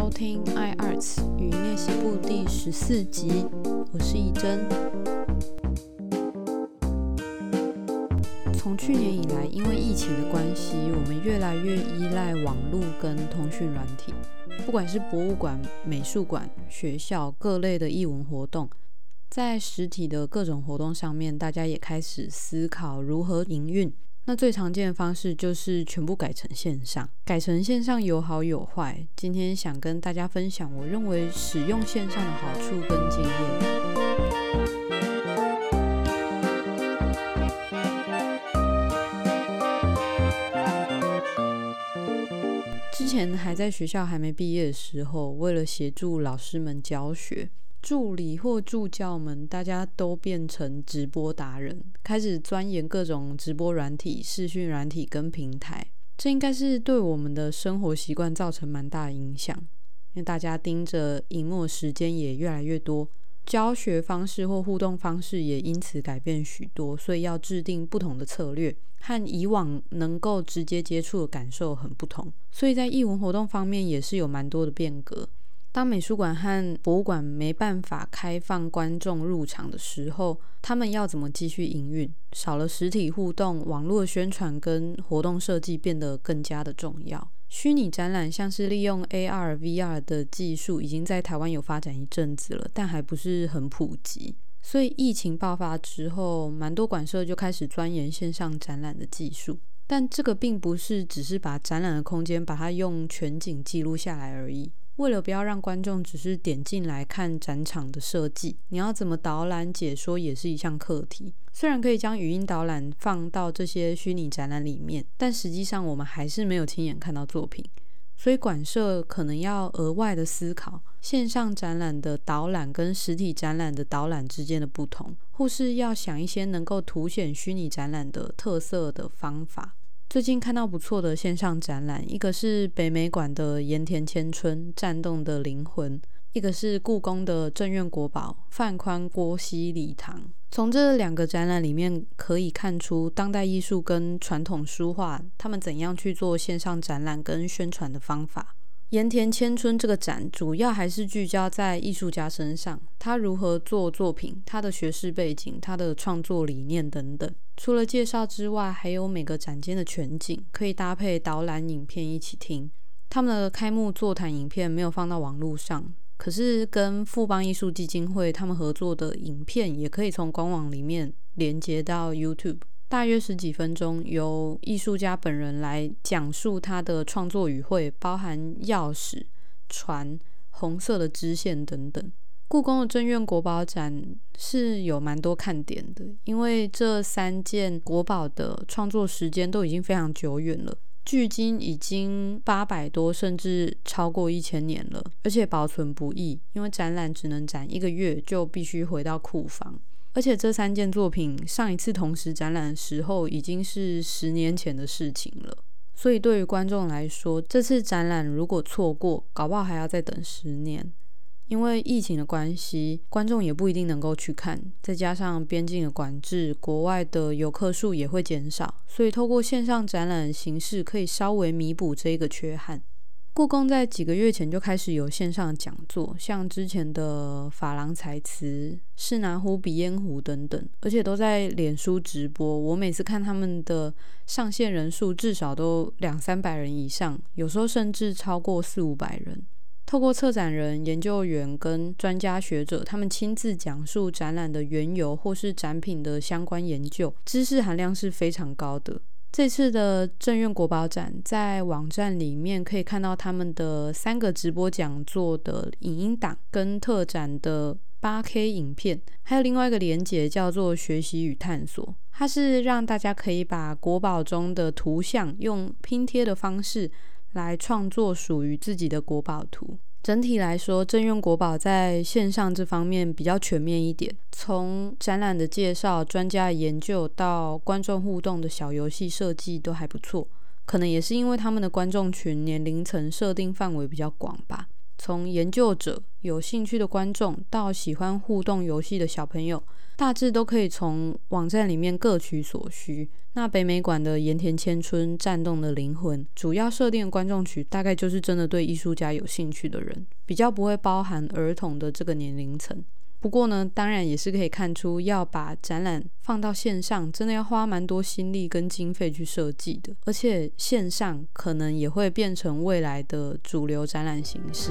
收听 iArts 语音练习部第14集，我是怡珍。从去年以来，因为疫情的关系，我们越来越依赖网络跟通讯软体，不管是博物馆、美术馆、学校各类的艺文活动，在实体的各种活动上面，大家也开始思考如何营运。那最常见的方式就是全部改成线上。改成线上有好有坏，今天想跟大家分享我认为使用线上的好处跟经验。之前还在学校还没毕业的时候，为了协助老师们教学，助理或助教们大家都变成直播达人，开始钻研各种直播软体、视讯软体跟平台。这应该是对我们的生活习惯造成蛮大的影响，因为大家盯着荧幕的时间也越来越多，教学方式或互动方式也因此改变许多，所以要制定不同的策略，和以往能够直接接触的感受很不同。所以在艺文活动方面也是有蛮多的变革。当美术馆和博物馆没办法开放观众入场的时候，他们要怎么继续营运？少了实体互动，网络的宣传跟活动设计变得更加的重要。虚拟展览像是利用 AR、VR 的技术已经在台湾有发展一阵子了，但还不是很普及。所以疫情爆发之后，蛮多馆舍就开始钻研线上展览的技术。但这个并不是只是把展览的空间把它用全景记录下来而已。为了不要让观众只是点进来看展场的设计，你要怎么导览解说也是一项课题。虽然可以将语音导览放到这些虚拟展览里面，但实际上我们还是没有亲眼看到作品，所以馆舍可能要额外的思考线上展览的导览跟实体展览的导览之间的不同，或是要想一些能够凸显虚拟展览的特色的方法。最近看到不错的线上展览，一个是北美馆的盐田千春战动的灵魂，一个是故宫的镇院国宝范宽郭熙礼堂。从这两个展览里面可以看出当代艺术跟传统书画他们怎样去做线上展览跟宣传的方法。盐田千春这个展主要还是聚焦在艺术家身上，他如何做作品，他的学识背景，他的创作理念等等。除了介绍之外，还有每个展间的全景，可以搭配导览影片一起听。他们的开幕座谈影片没有放到网络上，可是跟富邦艺术基金会他们合作的影片也可以从官网里面连接到 YouTube， 大约10几分钟，由艺术家本人来讲述他的创作语汇，包含钥匙、船、红色的支线等等。故宫的镇院国宝展是有蛮多看点的，因为这3件国宝的创作时间都已经非常久远了，距今已经800多甚至超过1000年了，而且保存不易，因为展览只能展1个月就必须回到库房。而且这3件作品上一次同时展览的时候已经是10年前的事情了，所以对于观众来说，这次展览如果错过，搞不好还要再等10年。因为疫情的关系，观众也不一定能够去看，再加上边境的管制，国外的游客数也会减少，所以透过线上展览的形式可以稍微弥补这个缺憾。故宫在几个月前就开始有线上讲座，像之前的珐琅彩瓷、士拿湖、鼻烟壶等等，而且都在脸书直播。我每次看他们的上线人数至少都200-300人以上，有时候甚至超过400-500人。透过策展人、研究员跟专家学者，他们亲自讲述展览的缘由或是展品的相关研究，知识含量是非常高的。这次的镇院国宝展在网站里面可以看到他们的3个直播讲座的影音档跟特展的 8K 影片，还有另外一个连结叫做学习与探索，它是让大家可以把国宝中的图像用拼贴的方式来创作属于自己的国宝图。整体来说，镇院国宝在线上这方面比较全面一点，从展览的介绍、专家的研究到观众互动的小游戏设计都还不错，可能也是因为他们的观众群年龄层设定范围比较广吧。 从研究者、有兴趣的观众到喜欢互动游戏的小朋友，大致都可以从网站里面各取所需。那北美馆的盐田千春战动的灵魂主要设定的观众群大概就是真的对艺术家有兴趣的人，比较不会包含儿童的这个年龄层。不过呢，当然也是可以看出要把展览放到线上真的要花蛮多心力跟经费去设计的，而且线上可能也会变成未来的主流展览形式。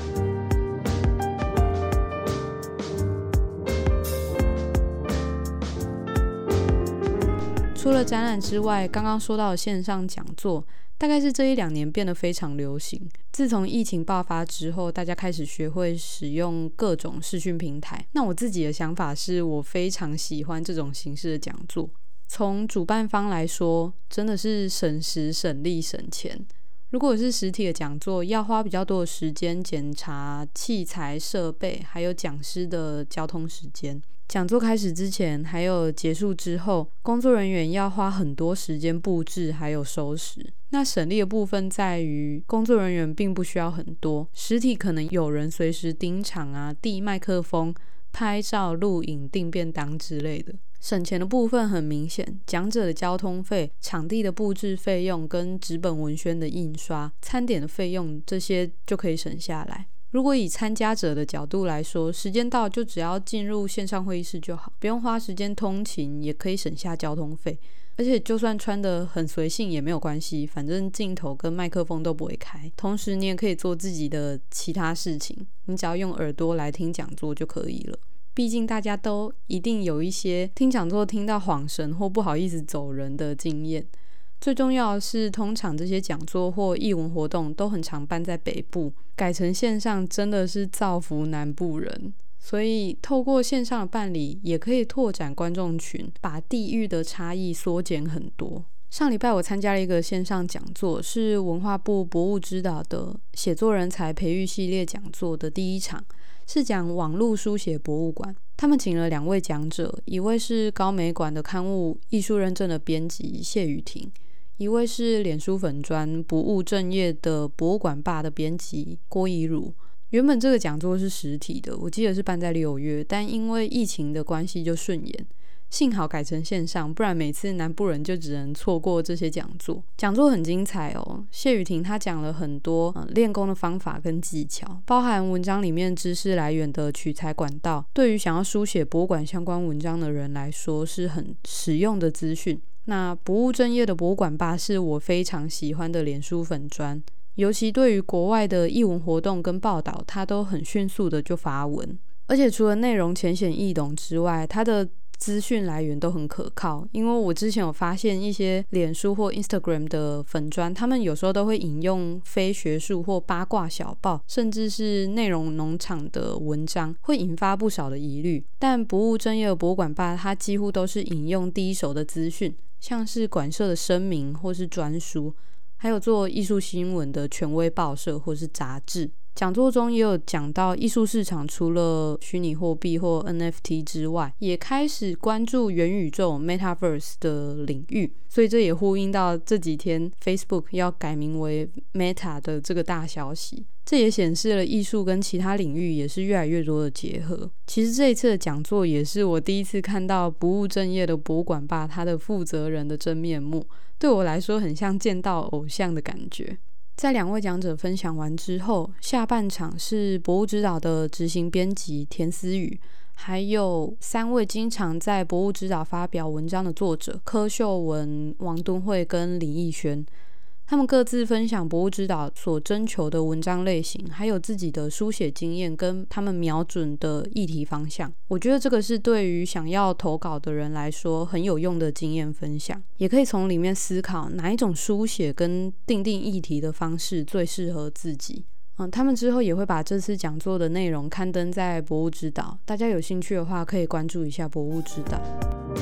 除了展览之外，刚刚说到的线上讲座大概是这1-2年变得非常流行。自从疫情爆发之后，大家开始学会使用各种视讯平台。那我自己的想法是，我非常喜欢这种形式的讲座。从主办方来说，真的是省时省力省钱。如果是实体的讲座，要花比较多的时间检查器材设备，还有讲师的交通时间。讲座开始之前还有结束之后，工作人员要花很多时间布置还有收拾。那省力的部分在于工作人员并不需要很多，实体可能有人随时盯场啊、递麦克风、拍照、录影、订便当之类的。省钱的部分很明显，讲者的交通费、场地的布置费用跟纸本文宣的印刷、餐点的费用，这些就可以省下来。如果以参加者的角度来说，时间到就只要进入线上会议室就好，不用花时间通勤，也可以省下交通费。而且就算穿得很随性也没有关系，反正镜头跟麦克风都不会开，同时你也可以做自己的其他事情，你只要用耳朵来听讲座就可以了。毕竟大家都一定有一些听讲座听到恍神或不好意思走人的经验。最重要的是，通常这些讲座或艺文活动都很常办在北部，改成线上真的是造福南部人。所以透过线上的办理，也可以拓展观众群，把地域的差异缩减很多。上礼拜我参加了一个线上讲座，是文化部博物指导的写作人才培育系列讲座的第1场，是讲网络书写博物馆。他们请了2位讲者，一位是高美馆的刊物艺术认证的编辑谢雨婷，一位是脸书粉专不务正业的博物馆吧的编辑郭怡如。原本这个讲座是实体的，我记得是办在6月，但因为疫情的关系就顺延，幸好改成线上，不然每次南部人就只能错过这些讲座。讲座很精彩哦，谢雨婷她讲了很多练功的方法跟技巧，包含文章里面知识来源的取材管道，对于想要书写博物馆相关文章的人来说是很实用的资讯。那不务正业的博物馆吧是我非常喜欢的脸书粉专，尤其对于国外的艺文活动跟报道，它都很迅速的就发文，而且除了内容浅显易懂之外，它的资讯来源都很可靠。因为我之前有发现一些脸书或 Instagram 的粉专，他们有时候都会引用非学术或八卦小报，甚至是内容农场的文章，会引发不少的疑虑。但不务正业的博物馆吧，它几乎都是引用第一手的资讯，像是馆舍的声明或是专书，还有做艺术新闻的权威报社或是杂志。讲座中也有讲到艺术市场除了虚拟货币或 NFT 之外，也开始关注元宇宙 Metaverse 的领域，所以这也呼应到这几天 Facebook 要改名为 Meta 的这个大消息。这也显示了艺术跟其他领域也是越来越多的结合。其实这一次的讲座也是我第一次看到不务正业的博物馆吧他的负责人的真面目，对我来说很像见到偶像的感觉。在2位讲者分享完之后，下半场是博物指导的执行编辑田思雨，还有3位经常在博物指导发表文章的作者柯秀文、王敦惠跟李义轩。他们各自分享博物指导所征求的文章类型，还有自己的书写经验跟他们瞄准的议题方向。我觉得这个是对于想要投稿的人来说很有用的经验分享，也可以从里面思考哪一种书写跟订定议题的方式最适合自己。他们之后也会把这次讲座的内容刊登在博物指导，大家有兴趣的话可以关注一下博物指导。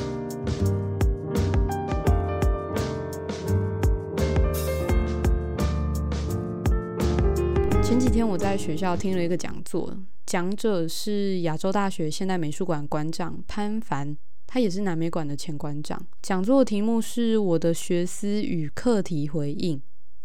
前几天我在学校听了一个讲座，讲者是亚洲大学现代美术馆馆长潘凡，他也是南美馆的前馆长。讲座的题目是我的学思与课题回应。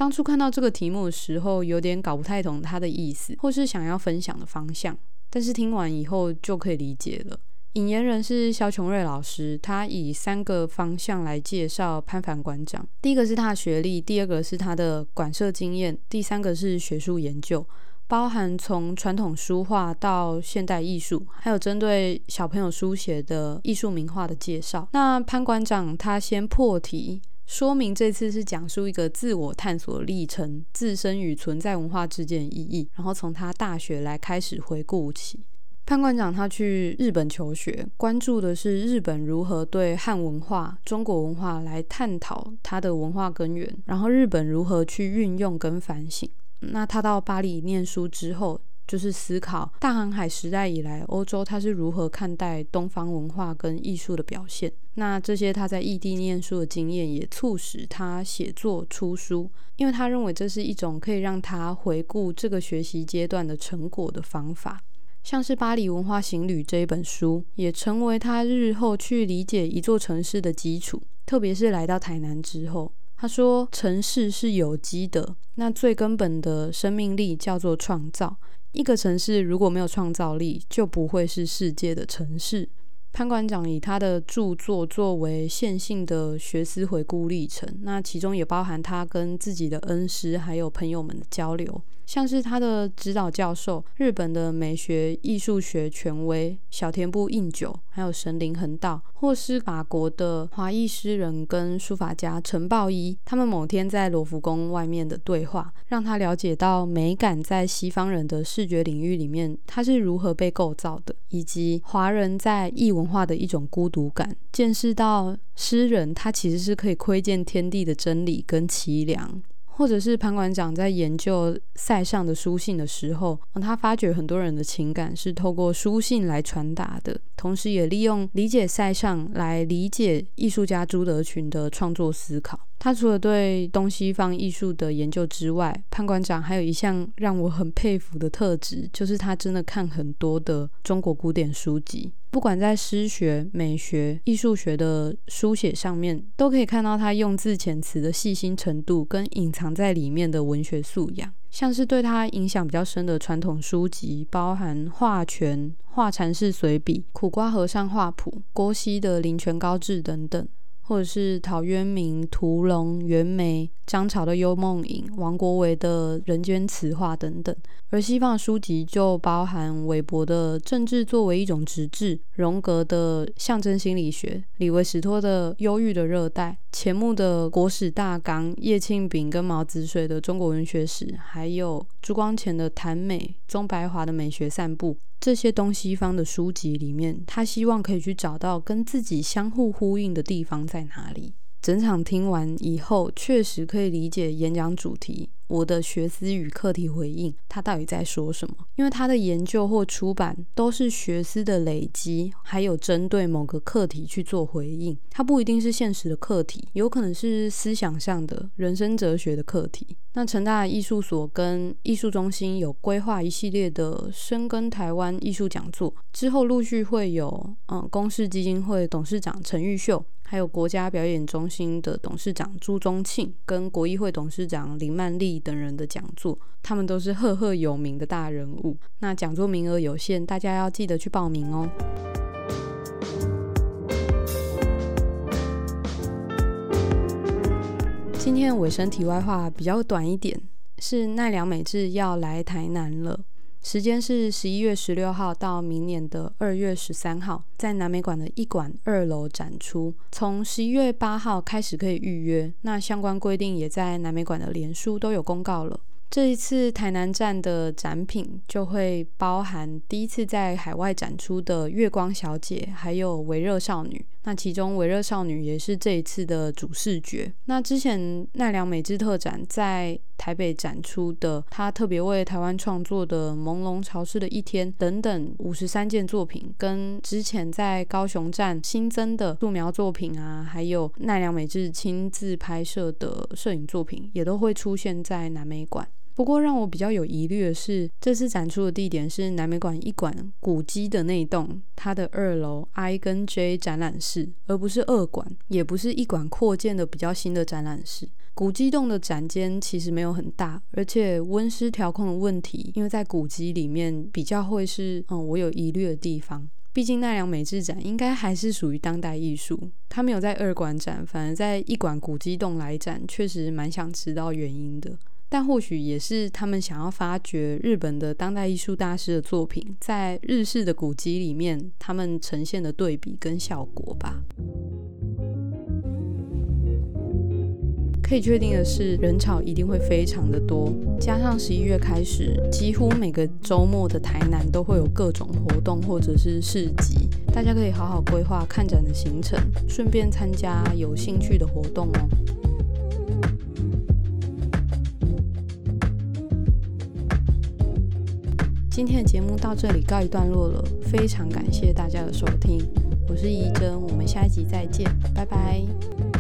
当初看到这个题目的时候，有点搞不太懂它的意思，或是想要分享的方向，但是听完以后就可以理解了。引言人是萧琼瑞老师，他以3个方向来介绍潘凡馆长。第一个是他的学历，第二个是他的馆舍经验，第三个是学术研究，包含从传统书画到现代艺术，还有针对小朋友书写的艺术名画的介绍。那潘馆长他先破题，说明这次是讲述一个自我探索的历程，自身与存在文化之间的意义，然后从他大学来开始回顾起。潘馆长他去日本求学，关注的是日本如何对汉文化、中国文化来探讨它的文化根源，然后日本如何去运用跟反省。那他到巴黎念书之后，就是思考大航海时代以来欧洲他是如何看待东方文化跟艺术的表现。那这些他在异地念书的经验也促使他写作出书，因为他认为这是一种可以让他回顾这个学习阶段的成果的方法。像是《巴黎文化行旅》这一本书，也成为他日后去理解一座城市的基础，特别是来到台南之后。他说城市是有机的，那最根本的生命力叫做创造，一个城市如果没有创造力，就不会是世界的城市。潘馆长以他的著作作为线性的学思回顾历程，那其中也包含他跟自己的恩师还有朋友们的交流，像是他的指导教授日本的美学艺术学权威小田部应久，还有神灵恒道，或是法国的华裔诗人跟书法家陈抱一，他们某天在罗浮宫外面的对话，让他了解到美感在西方人的视觉领域里面它是如何被构造的，以及华人在异文化的一种孤独感，见识到诗人他其实是可以窥见天地的真理跟凄凉。或者是潘馆长在研究塞尚的书信的时候，他发觉很多人的情感是透过书信来传达的，同时也利用理解塞尚来理解艺术家朱德群的创作思考。他除了对东西方艺术的研究之外，潘馆长还有一项让我很佩服的特质，就是他真的看很多的中国古典书籍，不管在诗学、美学、艺术学的书写上面，都可以看到他用字遣词的细心程度跟隐藏在里面的文学素养。像是对他影响比较深的传统书籍，包含画权、画禅式随笔、苦瓜和尚画谱、郭熙的林泉高志等等，或者是陶渊明、屠龙、袁枚、张潮的幽梦影、王国维的人间词话等等。而西方的书籍就包含韦伯的政治作为一种直至、荣格的象征心理学、李维史托的忧郁的热带、钱穆的国史大纲、叶庆炳跟毛子水的中国文学史，还有朱光潜的谈美、宗白华的美学散步。这些东西方的书籍里面，他希望可以去找到跟自己相互呼应的地方在哪里。整场听完以后，确实可以理解演讲主题我的学思与课题回应他到底在说什么，因为他的研究或出版都是学思的累积，还有针对某个课题去做回应，它不一定是现实的课题，有可能是思想上的人生哲学的课题。那成大艺术所跟艺术中心有规划一系列的深耕台湾艺术讲座，之后陆续会有公视基金会董事长陈玉秀，还有国家表演中心的董事长朱宗庆跟国艺会董事长林曼丽等人的讲座，他们都是赫赫有名的大人物。那讲座名额有限，大家要记得去报名哦。今天的尾声题外话比较短一点，是奈良美智要来台南了，时间是11月16号到明年的2月13号，在南美馆的一馆2楼展出，从11月8号开始可以预约，那相关规定也在南美馆的脸书都有公告了。这一次台南站的展品就会包含第一次在海外展出的月光小姐还有微热少女，那其中微热少女也是这一次的主视觉。那之前奈良美智特展在台北展出的她特别为台湾创作的朦胧潮湿的一天等等53件作品，跟之前在高雄站新增的素描作品啊，还有奈良美智亲自拍摄的摄影作品也都会出现在南美馆。不过让我比较有疑虑的是，这次展出的地点是南美馆一馆古迹的那一栋，它的2楼 I 跟 J 展览室，而不是2馆，也不是一馆扩建的比较新的展览室。 古迹洞的展间其实没有很大，而且温湿调控的问题，因为在古迹里面比较会是我有疑虑的地方。毕竟奈良美智展应该还是属于当代艺术，它没有在2馆展，反而在1馆古迹洞来展，确实蛮想知道原因的。但或许也是他们想要发掘日本的当代艺术大师的作品在日式的古迹里面他们呈现的对比跟效果吧。可以确定的是，人潮一定会非常的多，加上11月开始，几乎每个周末的台南都会有各种活动或者是市集，大家可以好好规划看展的行程，顺便参加有兴趣的活动哦。今天的节目到这里告一段落了，非常感谢大家的收听，我是怡珍，我们下一集再见，拜拜。